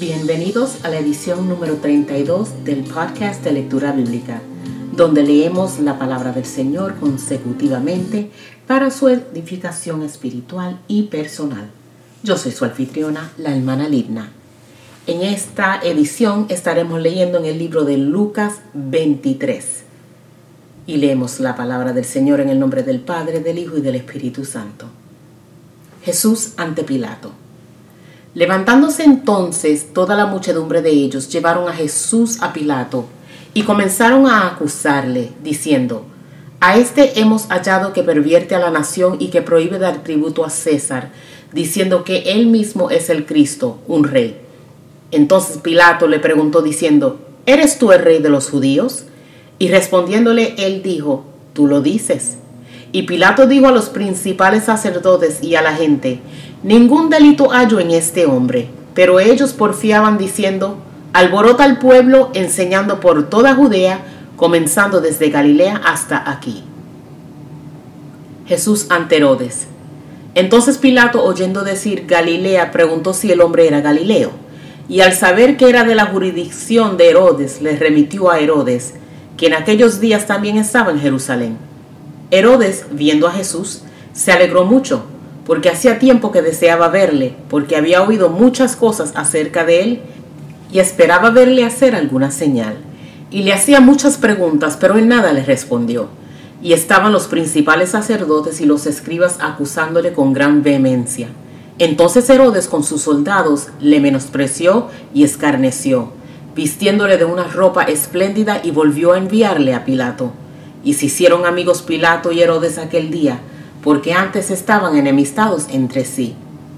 Bienvenidos a la edición número 32 del podcast de lectura bíblica, donde leemos la palabra del Señor consecutivamente para su edificación espiritual y personal. Yo soy su anfitriona, la hermana Lidna. En esta edición estaremos leyendo en el libro de Lucas 23 y leemos la palabra del Señor en el nombre del Padre, del Hijo y del Espíritu Santo. Jesús ante Pilato. Levantándose entonces toda la muchedumbre de ellos, llevaron a Jesús a Pilato y comenzaron a acusarle, diciendo: A este hemos hallado que pervierte a la nación y que prohíbe dar tributo a César, diciendo que él mismo es el Cristo, un rey. Entonces Pilato le preguntó diciendo: ¿Eres tú el rey de los judíos? Y respondiéndole él dijo: Tú lo dices. Y Pilato dijo a los principales sacerdotes y a la gente: Ningún delito hallo en este hombre. Pero ellos porfiaban diciendo: Alborota al pueblo, enseñando por toda Judea, comenzando desde Galilea hasta aquí. Jesús ante Herodes. Entonces Pilato, oyendo decir Galilea, preguntó si el hombre era Galileo. Y al saber que era de la jurisdicción de Herodes, le remitió a Herodes, que en aquellos días también estaba en Jerusalén. Herodes, viendo a Jesús, se alegró mucho, porque hacía tiempo que deseaba verle, porque había oído muchas cosas acerca de él y esperaba verle hacer alguna señal. Y le hacía muchas preguntas, pero en nada le respondió. Y estaban los principales sacerdotes y los escribas acusándole con gran vehemencia. Entonces Herodes con sus soldados le menospreció y escarneció, vistiéndole de una ropa espléndida, y volvió a enviarle a Pilato. Y se hicieron amigos Pilato y Herodes aquel día, porque antes estaban enemistados entre sí.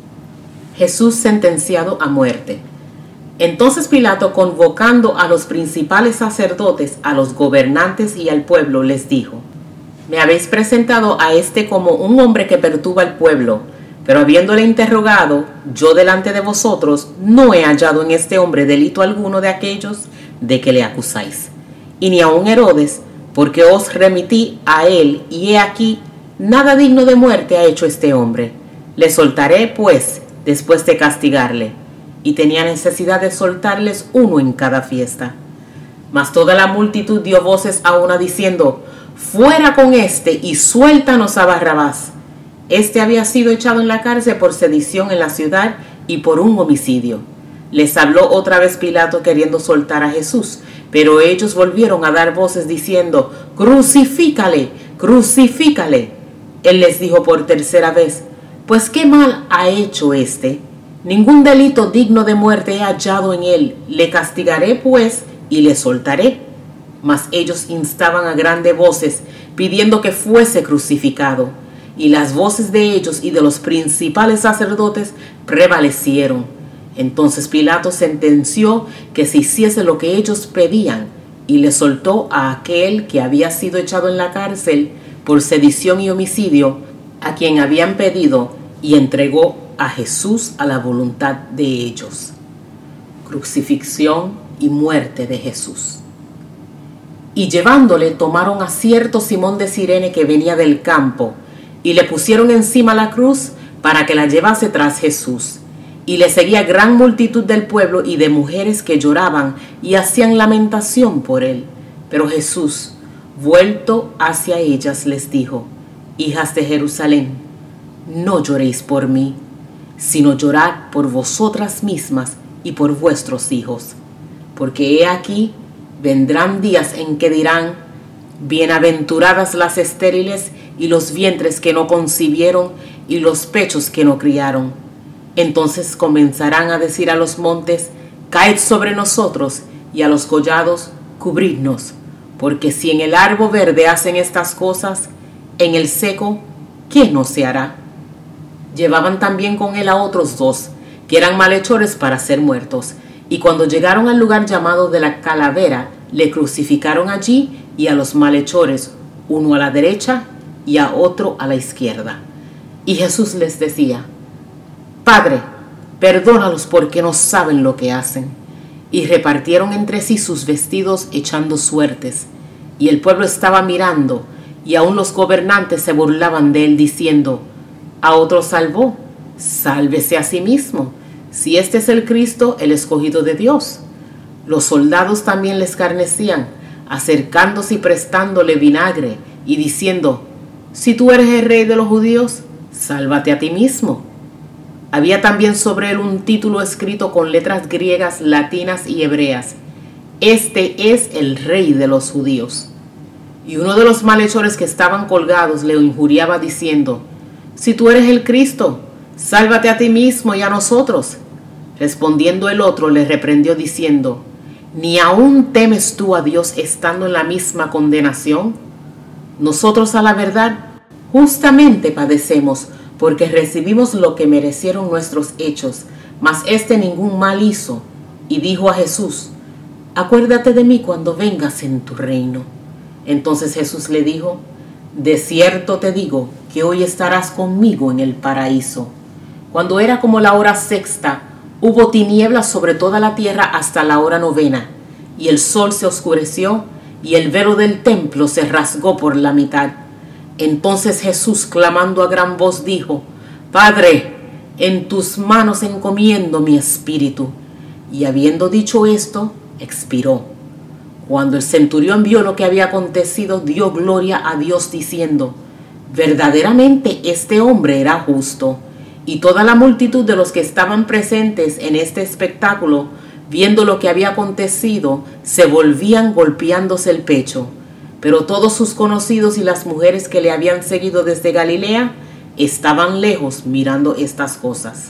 Jesús sentenciado a muerte. Entonces Pilato, convocando a los principales sacerdotes, a los gobernantes y al pueblo, les dijo: Me habéis presentado a este como un hombre que perturba al pueblo, pero habiéndole interrogado yo delante de vosotros, no he hallado en este hombre delito alguno de aquellos de que le acusáis. Y ni aun Herodes, porque os remití a él, y he aquí, nada digno de muerte ha hecho este hombre. Le soltaré, pues, después de castigarle. Y tenía necesidad de soltarles uno en cada fiesta. Mas toda la multitud dio voces a una diciendo: Fuera con este, y suéltanos a Barrabás. Este había sido echado en la cárcel por sedición en la ciudad y por un homicidio. Les habló otra vez Pilato queriendo soltar a Jesús, pero ellos volvieron a dar voces diciendo: Crucifícale, crucifícale. Él les dijo por tercera vez: Pues qué mal ha hecho este. Ningún delito digno de muerte he hallado en él. Le castigaré pues y le soltaré. Mas ellos instaban a grandes voces, pidiendo que fuese crucificado. Y las voces de ellos y de los principales sacerdotes prevalecieron. Entonces Pilato sentenció que se hiciese lo que ellos pedían, y le soltó a aquel que había sido echado en la cárcel por sedición y homicidio, a quien habían pedido, y entregó a Jesús a la voluntad de ellos. Crucifixión y muerte de Jesús. Y llevándole, tomaron a cierto Simón de Cirene que venía del campo, y le pusieron encima la cruz para que la llevase tras Jesús. Y le seguía gran multitud del pueblo y de mujeres que lloraban y hacían lamentación por él. Pero Jesús, vuelto hacia ellas, les dijo: Hijas de Jerusalén, no lloréis por mí, sino llorad por vosotras mismas y por vuestros hijos. Porque he aquí, vendrán días en que dirán: Bienaventuradas las estériles y los vientres que no concibieron y los pechos que no criaron. Entonces comenzarán a decir a los montes: Caed sobre nosotros, y a los collados: Cubridnos. Porque si en el árbol verde hacen estas cosas, en el seco, ¿qué no se hará? Llevaban también con él a otros dos, que eran malhechores para ser muertos. Y cuando llegaron al lugar llamado de la Calavera, le crucificaron allí y a los malhechores, uno a la derecha y a otro a la izquierda. Y Jesús les decía: Padre, perdónalos porque no saben lo que hacen. Y repartieron entre sí sus vestidos echando suertes. Y el pueblo estaba mirando, y aun los gobernantes se burlaban de él diciendo: A otro salvó, sálvese a sí mismo, si este es el Cristo, el escogido de Dios. Los soldados también le escarnecían, acercándose y prestándole vinagre y diciendo: si tú eres el rey de los judíos, sálvate a ti mismo. Había también sobre él un título escrito con letras griegas, latinas y hebreas: este es el rey de los judíos. Y uno de los malhechores que estaban colgados le injuriaba diciendo: si tú eres el Cristo, sálvate a ti mismo y a nosotros. Respondiendo el otro le reprendió diciendo: ¿ni aún temes tú a Dios estando en la misma condenación? Nosotros, a la verdad, justamente padecemos, porque recibimos lo que merecieron nuestros hechos, mas éste ningún mal hizo. Y dijo a Jesús: acuérdate de mí cuando vengas en tu reino. Entonces Jesús le dijo: de cierto te digo que hoy estarás conmigo en el paraíso. Cuando era como la hora sexta, hubo tinieblas sobre toda la tierra hasta la hora novena, y el sol se oscureció, y el velo del templo se rasgó por la mitad. Entonces Jesús, clamando a gran voz, dijo: Padre, en tus manos encomiendo mi espíritu. Y habiendo dicho esto, expiró. Cuando el centurión vio lo que había acontecido, dio gloria a Dios diciendo: verdaderamente este hombre era justo. Y toda la multitud de los que estaban presentes en este espectáculo, viendo lo que había acontecido, se volvían golpeándose el pecho. Pero todos sus conocidos y las mujeres que le habían seguido desde Galilea estaban lejos mirando estas cosas.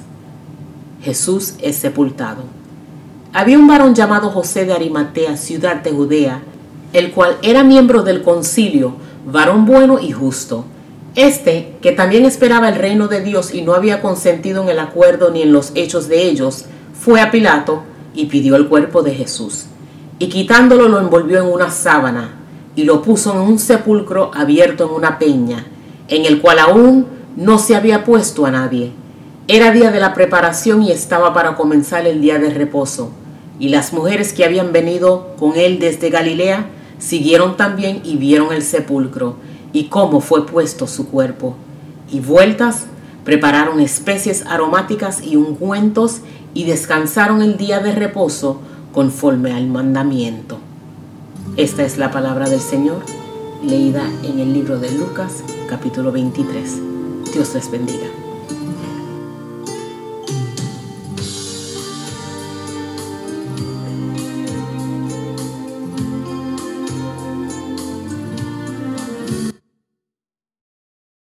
Jesús es sepultado. Había un varón llamado José de Arimatea, ciudad de Judea, el cual era miembro del concilio, varón bueno y justo. Este, que también esperaba el reino de Dios y no había consentido en el acuerdo ni en los hechos de ellos, fue a Pilato y pidió el cuerpo de Jesús. Y quitándolo lo envolvió en una sábana y lo puso en un sepulcro abierto en una peña, en el cual aún no se había puesto a nadie. Era día de la preparación y estaba para comenzar el día de reposo. Y las mujeres que habían venido con él desde Galilea siguieron también y vieron el sepulcro y cómo fue puesto su cuerpo. Y vueltas, prepararon especies aromáticas y ungüentos y descansaron el día de reposo conforme al mandamiento. Esta es la palabra del Señor, leída en el libro de Lucas, capítulo 23. Dios les bendiga.